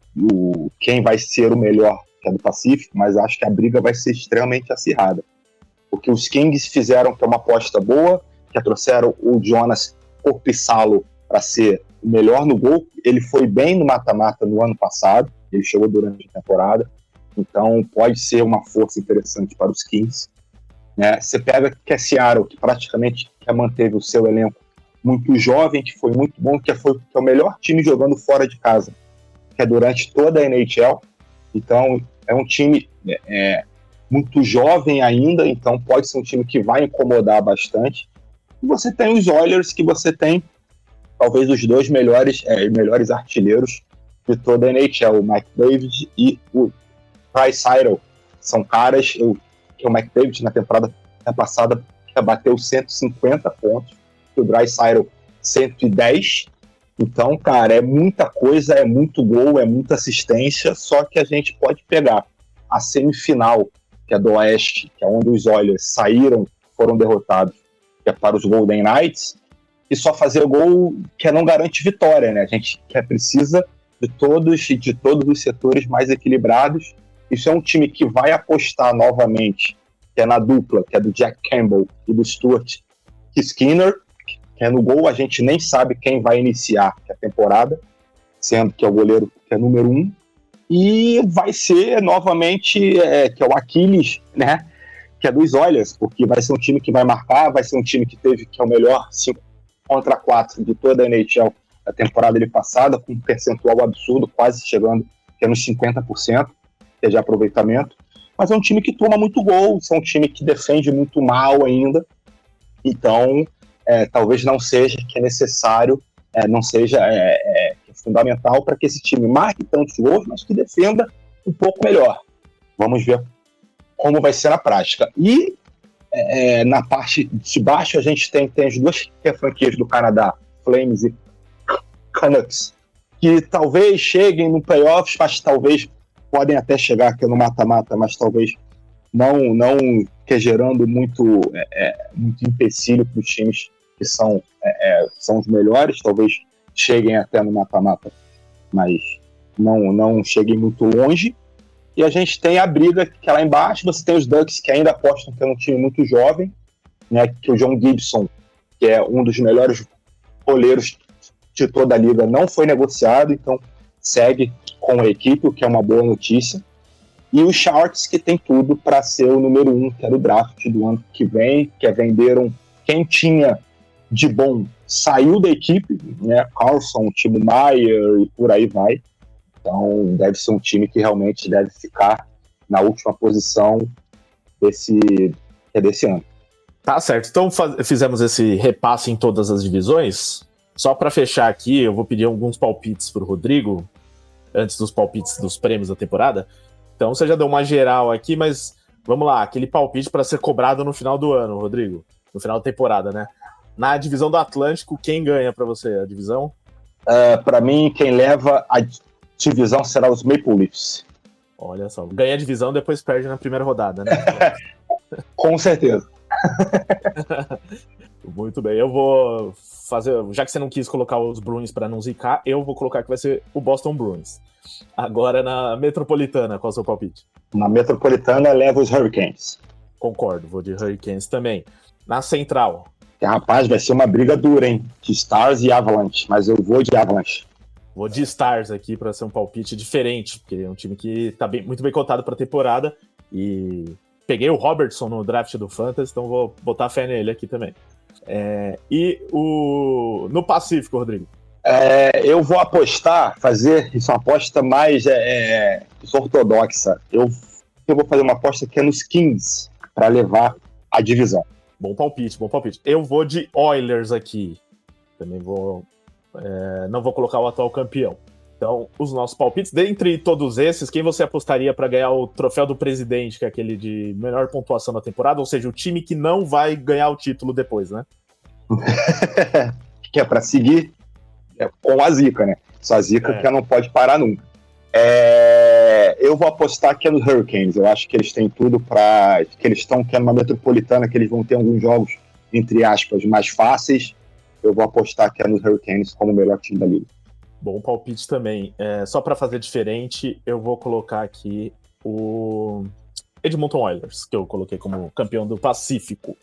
o, quem vai ser o melhor que é do Pacífico, mas acho que a briga vai ser extremamente acirrada, porque os Kings fizeram que é uma aposta boa, que trouxeram o Jonas Korpisalo para ser o melhor no gol. Ele foi bem no mata-mata no ano passado, ele chegou durante a temporada, então pode ser uma força interessante para os Kings. Né? Você pega que é Seattle, que praticamente já manteve o seu elenco muito jovem, que foi muito bom, que, foi, que é o melhor time jogando fora de casa, que é durante toda a N H L. Então é um time é, muito jovem ainda, então pode ser um time que vai incomodar bastante. E você tem os Oilers, que você tem talvez os dois melhores, é, melhores artilheiros de toda a N H L, o McDavid e o Draisaitl. São caras, eu, que o McDavid na temporada passada bateu cento e cinquenta pontos, e o Draisaitl cento e dez. Então, cara, é muita coisa, é muito gol, é muita assistência, só que a gente pode pegar a semifinal, que é do Oeste, que é onde os Oilers saíram, foram derrotados, que é para os Golden Knights, e só fazer gol que não garante vitória, né? A gente que precisa de todos, de todos os setores mais equilibrados. Isso é um time que vai apostar novamente, que é na dupla, que é do Jack Campbell e do Stuart Skinner, que é no gol. A gente nem sabe quem vai iniciar a temporada, sendo que é o goleiro que é número um. E vai ser novamente, é, que é o Aquiles, né? Que é dos Oilers, porque vai ser um time que vai marcar, vai ser um time que teve, que é o melhor cinco contra quatro de toda a N H L da temporada ali passada, com um percentual absurdo, quase chegando que é nos cinquenta por cento de aproveitamento. Mas é um time que toma muito gol, é um time que defende muito mal ainda. Então, é, talvez não seja que é necessário, é, não seja é, é, fundamental para que esse time marque tantos gols, mas que defenda um pouco melhor. Vamos ver como vai ser na prática. E é, na parte de baixo a gente tem, tem as duas franquias do Canadá, Flames e Canucks, que talvez cheguem no playoffs, mas talvez podem até chegar aqui no mata-mata, mas talvez não, não que gerando muito, é, muito empecilho para os times que são, é, são os melhores, talvez cheguem até no mata-mata, mas não, não cheguem muito longe. E a gente tem a briga que é lá embaixo, você tem os Ducks que ainda apostam que é um time muito jovem, né, que o John Gibson, que é um dos melhores goleiros de toda a liga, não foi negociado, então segue com a equipe, o que é uma boa notícia. E os Sharks, que tem tudo para ser o número um, que era o draft do ano que vem, que venderam quem tinha de bom saiu da equipe, né, Carlson, Timo Meier e por aí vai. Então deve ser um time que realmente deve ficar na última posição desse, é desse ano. Tá certo, então faz, fizemos esse repasse em todas as divisões. Só para fechar aqui, eu vou pedir alguns palpites pro Rodrigo, antes dos palpites dos prêmios da temporada. Então você já deu uma geral aqui, mas vamos lá, aquele palpite para ser cobrado no final do ano, Rodrigo, no final da temporada, né? Na divisão do Atlântico, quem ganha para você a divisão? Uh, para mim, quem leva a divisão será os Maple Leafs. Olha só, ganha a divisão, depois perde na primeira rodada, né? Com certeza. Muito bem, eu vou fazer, já que você não quis colocar os Bruins para não zicar, eu vou colocar que vai ser o Boston Bruins. Agora na Metropolitana, qual é o seu palpite? Na Metropolitana leva os Hurricanes. Concordo, vou de Hurricanes também. Na Central? Rapaz, vai ser uma briga dura, hein? De Stars e Avalanche, mas eu vou de Avalanche. Vou de Stars aqui para ser um palpite diferente, porque é um time que tá bem, muito bem cotado para a temporada e peguei o Robertson no draft do Fantasy, então vou botar fé nele aqui também. É, e o no Pacífico, Rodrigo? É, eu vou apostar, fazer isso uma aposta mais é, ortodoxa. Eu, eu vou fazer uma aposta que é nos Kings para levar a divisão. Bom palpite, bom palpite. Eu vou de Oilers aqui. Também vou... É, não vou colocar o atual campeão. Então, os nossos palpites, dentre todos esses, quem você apostaria para ganhar o troféu do presidente, que é aquele de melhor pontuação da temporada, ou seja, o time que não vai ganhar o título depois, né? Que é para seguir é, com a zica, né? Só a zica é. Que não pode parar nunca. É, eu vou apostar que é nos Hurricanes. Eu acho que eles têm tudo para... que eles estão que é numa metropolitana, que eles vão ter alguns jogos, entre aspas, mais fáceis. Eu vou apostar que é nos Hurricanes como o melhor time da liga. Bom palpite também. É, só para fazer diferente, eu vou colocar aqui o Edmonton Oilers, que eu coloquei como campeão do Pacífico.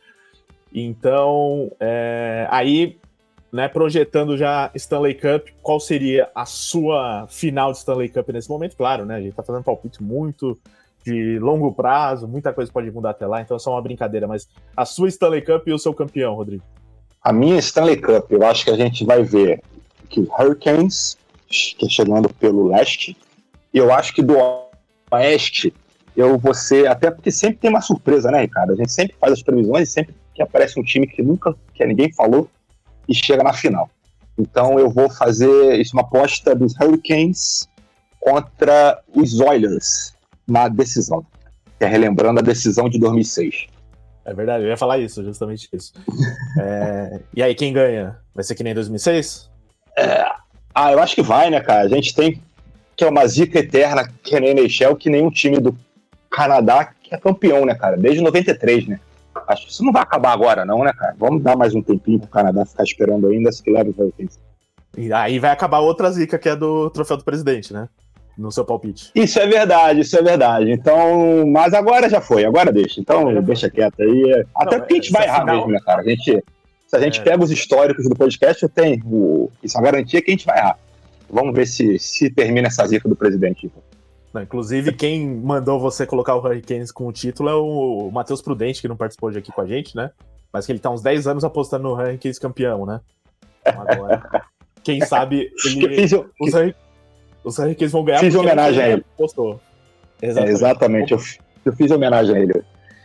Então, é, aí, né, projetando já Stanley Cup, qual seria a sua final de Stanley Cup nesse momento? Claro, né, a gente tá fazendo palpite muito de longo prazo, muita coisa pode mudar até lá, então é só uma brincadeira, mas a sua Stanley Cup e o seu campeão, Rodrigo? A minha Stanley Cup, eu acho que a gente vai ver que o Hurricanes, que é chegando pelo leste, e eu acho que do oeste, eu vou ser, até porque sempre tem uma surpresa, né, Ricardo? A gente sempre faz as previsões e sempre que aparece um time que nunca, que ninguém falou, e chega na final. Então eu vou fazer isso, uma aposta dos Hurricanes contra os Oilers na decisão, que é relembrando a decisão de dois mil e seis. É verdade, eu ia falar isso, justamente isso. É... E aí, quem ganha? Vai ser que nem dois mil e seis? É... Ah, eu acho que vai, né, cara? A gente tem que é uma zica eterna que é na N H L, que nenhum time do Canadá que é campeão, né, cara? Desde noventa e três, né? Acho que isso não vai acabar agora, não, né, cara? Vamos dar mais um tempinho pro Canadá ficar esperando ainda, se que leva os Hurricanes. E aí vai acabar outra zica, que é do troféu do presidente, né? No seu palpite. Isso é verdade, isso é verdade. Então, mas agora já foi, agora deixa. Então, agora deixa foi. Quieto aí. Até não, porque a gente vai errar final... mesmo, né, cara? A gente, se a gente é. pega os históricos do podcast, eu tenho o... isso é uma garantia que a gente vai errar. Vamos ver se, se termina essa zica do presidente. Não, inclusive, quem mandou você colocar o Hurricanes com o título é o Matheus Prudente, que não participou hoje aqui com a gente, né? Mas que ele tá uns dez anos apostando no Hurricanes campeão, né? Então, agora, quem sabe ele... Fiz, os, Hurricanes, os Hurricanes vão ganhar. Fiz homenagem a ele. Apostou. Exatamente. É, exatamente. Eu, eu fiz homenagem a ele.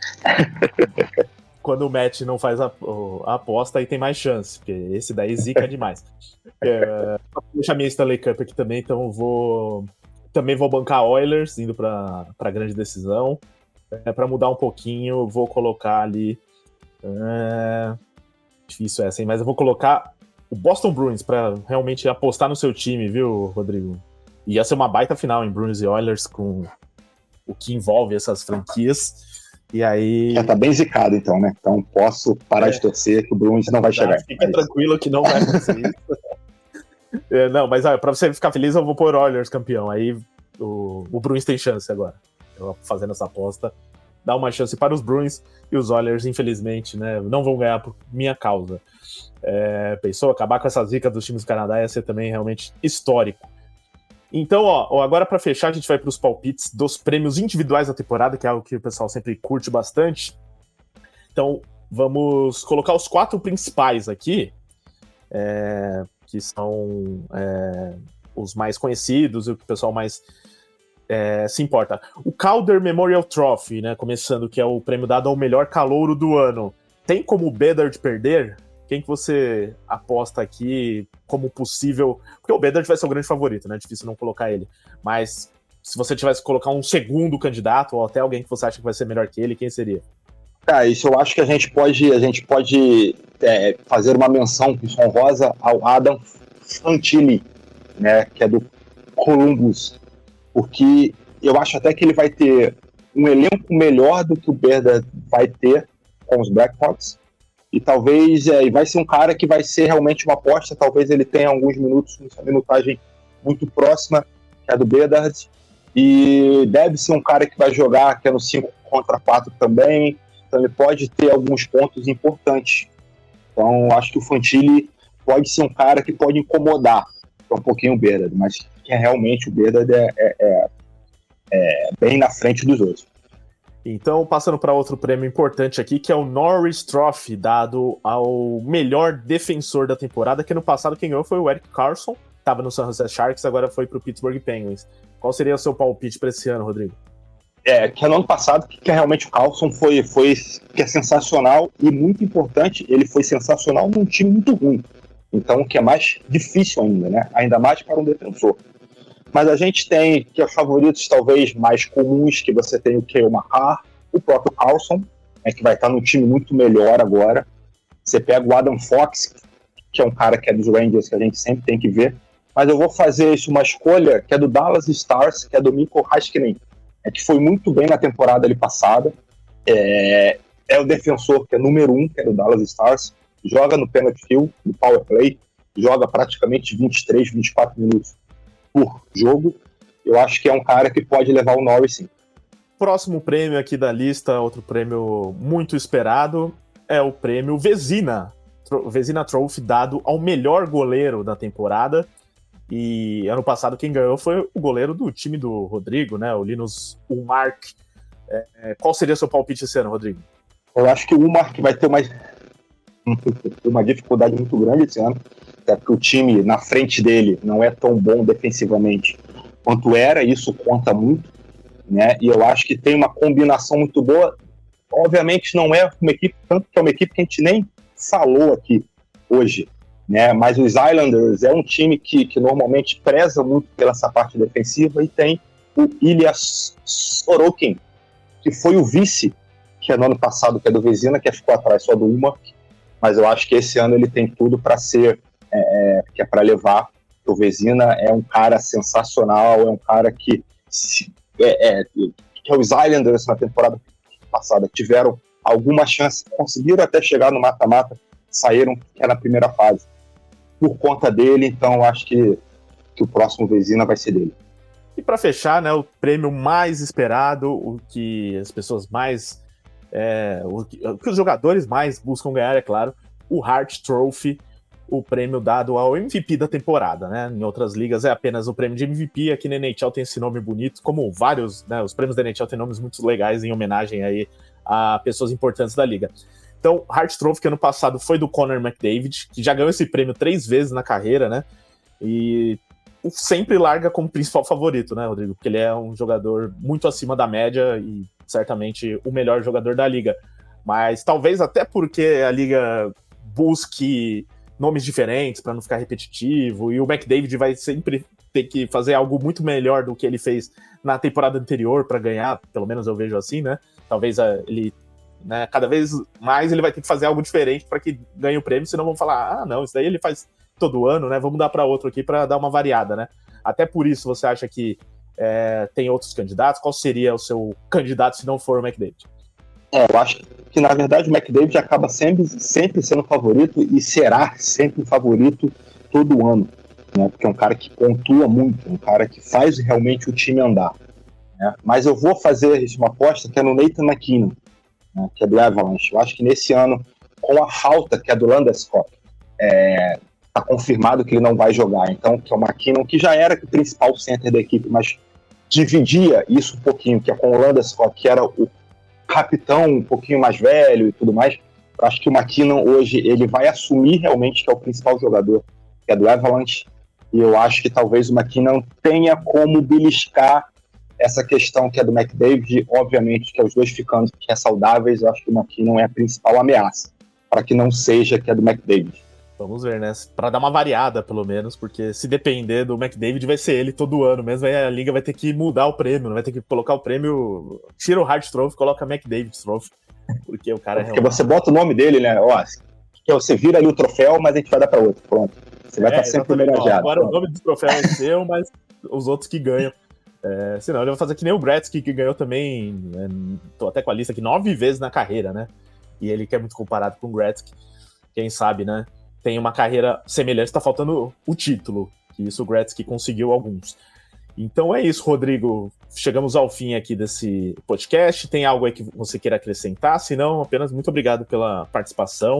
Quando o Matt não faz a, a aposta, aí tem mais chance, porque esse daí zica demais. É, vou deixar minha Stanley Cup aqui também, então eu vou... Também vou bancar Oilers, indo para a grande decisão. É, para mudar um pouquinho, vou colocar ali... É... Difícil essa, hein? Mas eu vou colocar o Boston Bruins para realmente apostar no seu time, viu, Rodrigo? ia ser uma baita final em Bruins e Oilers com o que envolve essas franquias. E aí... Já tá bem zicado, então, né? Então posso parar é. de torcer que o Bruins não vai tá, chegar. Fica tranquilo que não vai acontecer isso. é, não, mas olha, pra você ficar feliz, eu vou pôr Oilers campeão. Aí o, o Bruins tem chance agora. Eu fazendo essa aposta, dá uma chance para os Bruins, e os Oilers, infelizmente, né, não vão ganhar por minha causa. É, pensou, acabar com essa zica dos times do Canadá ia ser também realmente histórico. Então, ó, agora para fechar, a gente vai para os palpites dos prêmios individuais da temporada, que é algo que o pessoal sempre curte bastante. Então, vamos colocar os quatro principais aqui, é, que são é, os mais conhecidos e o que o pessoal mais é, se importa. O Calder Memorial Trophy, né, começando, que é o prêmio dado ao melhor calouro do ano. Tem como o Bedard perder? Quem que você aposta aqui como possível? Porque o Bedard vai ser o grande favorito, né? Difícil não colocar ele. Mas se você tivesse que colocar um segundo candidato, ou até alguém que você acha que vai ser melhor que ele, quem seria? Cara, isso eu acho que a gente pode, a gente pode é, fazer uma menção honrosa ao Adam Fantilli, né? Que é do Columbus. Porque eu acho até que ele vai ter um elenco melhor do que o Bedard vai ter com os Blackhawks. E talvez é, vai ser um cara que vai ser realmente uma aposta. Talvez ele tenha alguns minutos, uma minutagem muito próxima, que é a do Bedard. E deve ser um cara que vai jogar, que é no cinco contra quatro também. Então ele pode ter alguns pontos importantes. Então acho que o Fantilli pode ser um cara que pode incomodar um pouquinho o Bedard. Mas que é, realmente o Bedard é, é, é, é bem na frente dos outros. Então, passando para outro prêmio importante aqui, que é o Norris Trophy, dado ao melhor defensor da temporada, que no passado quem ganhou foi o Erik Karlsson, estava no San Jose Sharks, agora foi para o Pittsburgh Penguins. Qual seria o seu palpite para esse ano, Rodrigo? É, que no ano passado, que, que realmente o Karlsson foi, foi que é sensacional e muito importante, ele foi sensacional num time muito ruim. Então, o que é mais difícil ainda, né? Ainda mais para um defensor. Mas a gente tem que os favoritos talvez mais comuns, que você tem o Cale Makar, o próprio Karlsson, né, que vai estar num time muito melhor agora. Você pega o Adam Fox, que é um cara que é dos Rangers, que a gente sempre tem que ver. Mas eu vou fazer isso uma escolha que é do Dallas Stars, que é do Mikko Heiskanen, é, que foi muito bem na temporada ali passada. É, é o defensor que é número um, que é do Dallas Stars. Joga no penalty kill, no power play, joga praticamente vinte e três, vinte e quatro minutos por jogo. Eu acho que é um cara que pode levar o Norris, sim. Próximo prêmio aqui da lista, outro prêmio muito esperado, é o prêmio Vezina. Vezina Trophy, dado ao melhor goleiro da temporada. E ano passado quem ganhou foi o goleiro do time do Rodrigo, né? O Linus Ullmark. É, qual seria seu palpite esse ano, Rodrigo? Eu acho que o Ullmark vai ter uma, uma dificuldade muito grande esse ano. Até porque o time na frente dele não é tão bom defensivamente quanto era, isso conta muito, né? E eu acho que tem uma combinação muito boa. Obviamente não é uma equipe, tanto que é uma equipe que a gente nem falou aqui hoje, né? Mas os Islanders é um time que, que normalmente preza muito pela essa parte defensiva, e tem o Ilya Sorokin, que foi o vice, que é no ano passado, que é do Vezina, que ficou atrás só do Ullmark, mas eu acho que esse ano ele tem tudo para ser É, que é para levar. O Vezina é um cara sensacional, é um cara que, se, é, é, que os Islanders na temporada passada tiveram alguma chance, conseguiram até chegar no mata-mata, saíram que é na primeira fase por conta dele. Então eu acho que, que o próximo Vezina vai ser dele. E para fechar, né, o prêmio mais esperado, o que as pessoas mais é, o, que, o que os jogadores mais buscam ganhar, é claro, o Hart Trophy, o prêmio dado ao M V P da temporada, né? Em outras ligas é apenas o prêmio de M V P, aqui na N H L tem esse nome bonito, como vários, né? Os prêmios da N H L têm nomes muito legais em homenagem aí a pessoas importantes da liga. Então, Hart Trophy, que ano passado foi do Connor McDavid, que já ganhou esse prêmio três vezes na carreira, né? E sempre larga como principal favorito, né, Rodrigo? Porque ele é um jogador muito acima da média e certamente o melhor jogador da liga. Mas talvez até porque a liga busque nomes diferentes para não ficar repetitivo, e o McDavid vai sempre ter que fazer algo muito melhor do que ele fez na temporada anterior para ganhar, pelo menos eu vejo assim, né? Talvez uh, ele, né, cada vez mais ele vai ter que fazer algo diferente para que ganhe o prêmio, senão vão falar, ah, não, isso daí ele faz todo ano, né? Vamos dar para outro aqui para dar uma variada, né? Até por isso você acha que é, tem outros candidatos? Qual seria o seu candidato se não for o McDavid? É, eu acho que, na verdade, o McDavid acaba sempre, sempre sendo favorito e será sempre favorito todo ano, né? Porque é um cara que pontua muito, um cara que faz realmente o time andar, né? Mas eu vou fazer uma aposta que é no Nathan MacKinnon, né, que é do Avalanche. Eu acho que nesse ano, com a falta que é do Landeskog, é, tá confirmado que ele não vai jogar. Então, que é o MacKinnon, que já era o principal center da equipe, mas dividia isso um pouquinho, que é com o Landeskog, que era o capitão um pouquinho mais velho e tudo mais. Eu acho que o MacKinnon hoje ele vai assumir realmente que é o principal jogador, que é do Avalanche, e eu acho que talvez o MacKinnon tenha como beliscar essa questão que é do McDavid, obviamente que é os dois ficando que é saudáveis. Eu acho que o MacKinnon é a principal ameaça, para que não seja que é do McDavid. Vamos ver, né? Para dar uma variada, pelo menos, porque se depender do McDavid, vai ser ele todo ano mesmo. Aí a liga vai ter que mudar o prêmio, não vai ter que colocar o prêmio. Tira o Hart Trophy, coloca McDavid Trophy. Porque o cara é. Porque realmente... você bota o nome dele, né? Ó, que você vira ali o troféu, mas a gente vai dar para outro. Pronto. Você vai é, estar sempre homenageado. Agora pronto. O nome do troféu é seu, mas os outros que ganham. É, senão ele vai fazer que nem o Gretzky, que ganhou também. Né, tô até com a lista aqui, nove vezes na carreira, né? E ele que é muito comparado com o Gretzky. Quem sabe, né? Tem uma carreira semelhante, tá faltando o título, que isso o Gretzky conseguiu alguns. Então é isso, Rodrigo. Chegamos ao fim aqui desse podcast. Tem algo aí que você queira acrescentar? Se não, apenas muito obrigado pela participação.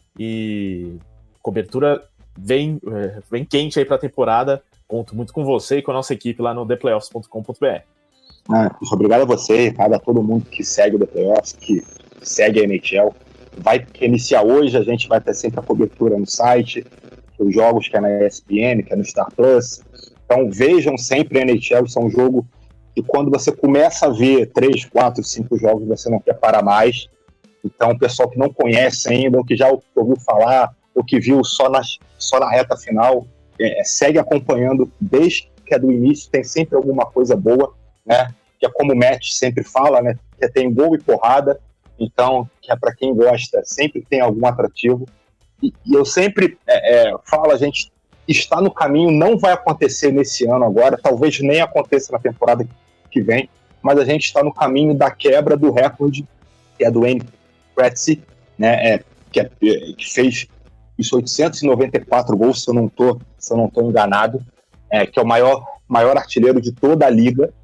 E cobertura vem, vem quente aí para a temporada. Conto muito com você e com a nossa equipe lá no the playoffs ponto com ponto b r. Ah, obrigado a você, Ricardo, a todo mundo que segue o The Playoffs, que segue a N H L. Vai iniciar hoje, a gente vai ter sempre a cobertura no site, os jogos que é na E S P N, que é no Star Plus. Então vejam sempre a N H L, isso é um jogo que quando você começa a ver três, quatro, cinco jogos, você não quer parar mais. Então o pessoal que não conhece ainda, ou que já ouviu falar, ou que viu só, nas, só na reta final, é, segue acompanhando desde que é do início, tem sempre alguma coisa boa, né? Que é como o Matt sempre fala, né? Que tem gol e porrada. Então, que é para quem gosta, sempre tem algum atrativo. E, e eu sempre é, é, falo, a gente está no caminho, não vai acontecer nesse ano agora, talvez nem aconteça na temporada que vem, mas a gente está no caminho da quebra do recorde, que é do Wayne Gretzky, né, é, que, é, que fez os oitocentos e noventa e quatro gols, se eu não estou se eu não tô enganado, é, que é o maior, maior artilheiro de toda a liga,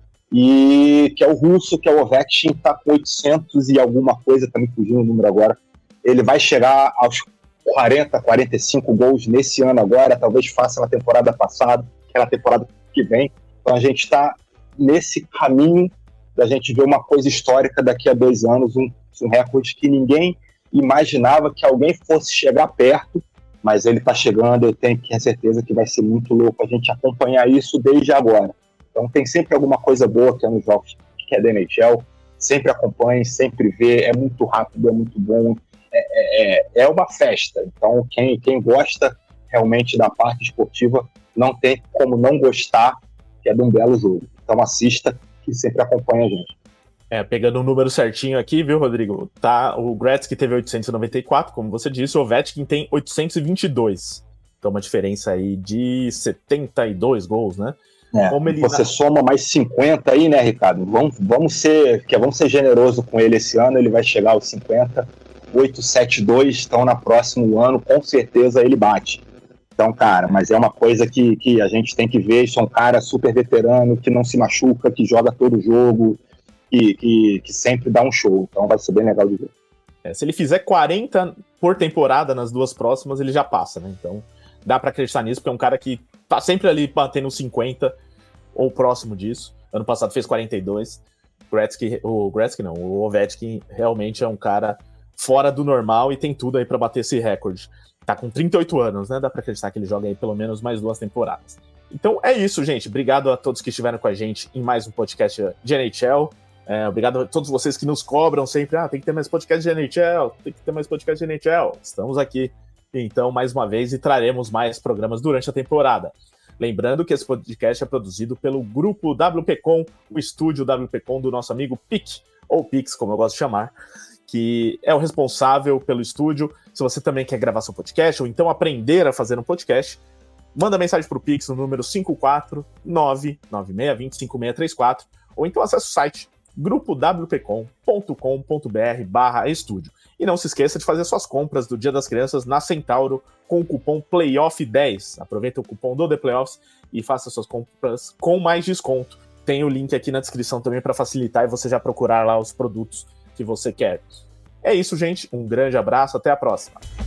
e que é o russo, que é o Ovechkin, está com oitocentos e alguma coisa, está me fugindo o número agora. Ele vai chegar aos quarenta, quarenta e cinco gols nesse ano agora, talvez faça na temporada passada, que é na temporada que vem. Então a gente está nesse caminho da gente ver uma coisa histórica daqui a dois anos, um, um recorde que ninguém imaginava que alguém fosse chegar perto, mas ele está chegando. Eu tenho que ter certeza que vai ser muito louco a gente acompanhar isso desde agora. Então tem sempre alguma coisa boa que é nos jogos que é da N H L, sempre acompanhe, sempre vê, é muito rápido, é muito bom, é, é, é uma festa. Então quem, quem gosta realmente da parte esportiva não tem como não gostar, que é de um belo jogo. Então assista, que sempre acompanha a gente. É, pegando o número certinho aqui, viu, Rodrigo? Tá, o Gretzky teve oitocentos e noventa e quatro, como você disse, o Ovechkin tem oitocentos e vinte e dois. Então uma diferença aí de setenta e dois gols, né? É, Como ele... Você soma mais cinquenta aí, né, Ricardo? Vamos, vamos, ser, que vamos ser generosos com ele esse ano, ele vai chegar aos cinquenta, oitocentos e setenta e dois, então na próximo ano, com certeza ele bate. Então, cara, mas é uma coisa que, que a gente tem que ver, isso é um cara super veterano, que não se machuca, que joga todo jogo, que, que, que sempre dá um show, então vai ser bem legal de ver. É, se ele fizer quarenta por temporada nas duas próximas, ele já passa, né? Então dá pra acreditar nisso, porque é um cara que tá sempre ali batendo cinquenta ou próximo disso. Ano passado fez quarenta e dois. Gretzky, o Gretzky não, o Ovechkin realmente é um cara fora do normal e tem tudo aí pra bater esse recorde. Tá com trinta e oito anos, né? Dá pra acreditar que ele joga aí pelo menos mais duas temporadas. Então é isso, gente. Obrigado a todos que estiveram com a gente em mais um podcast de N H L. É, obrigado a todos vocês que nos cobram sempre. Ah, tem que ter mais podcast de N H L, tem que ter mais podcast de N H L. Estamos aqui, então, mais uma vez, e traremos mais programas durante a temporada. Lembrando que esse podcast é produzido pelo grupo W P Com, o estúdio W P Com do nosso amigo Pic, ou Pix, como eu gosto de chamar, que é o responsável pelo estúdio. Se você também quer gravar seu podcast, ou então aprender a fazer um podcast, manda mensagem pro Pix no número cinco quatro nove nove seis dois cinco seis três quatro, ou então acessa o site grupo w p com ponto com ponto b r barra estúdio. E não se esqueça de fazer suas compras do Dia das Crianças na Centauro com o cupom playoff dez. Aproveita o cupom do The Playoffs e faça suas compras com mais desconto. Tem o link aqui na descrição também para facilitar e você já procurar lá os produtos que você quer. É isso, gente. Um grande abraço. Até a próxima.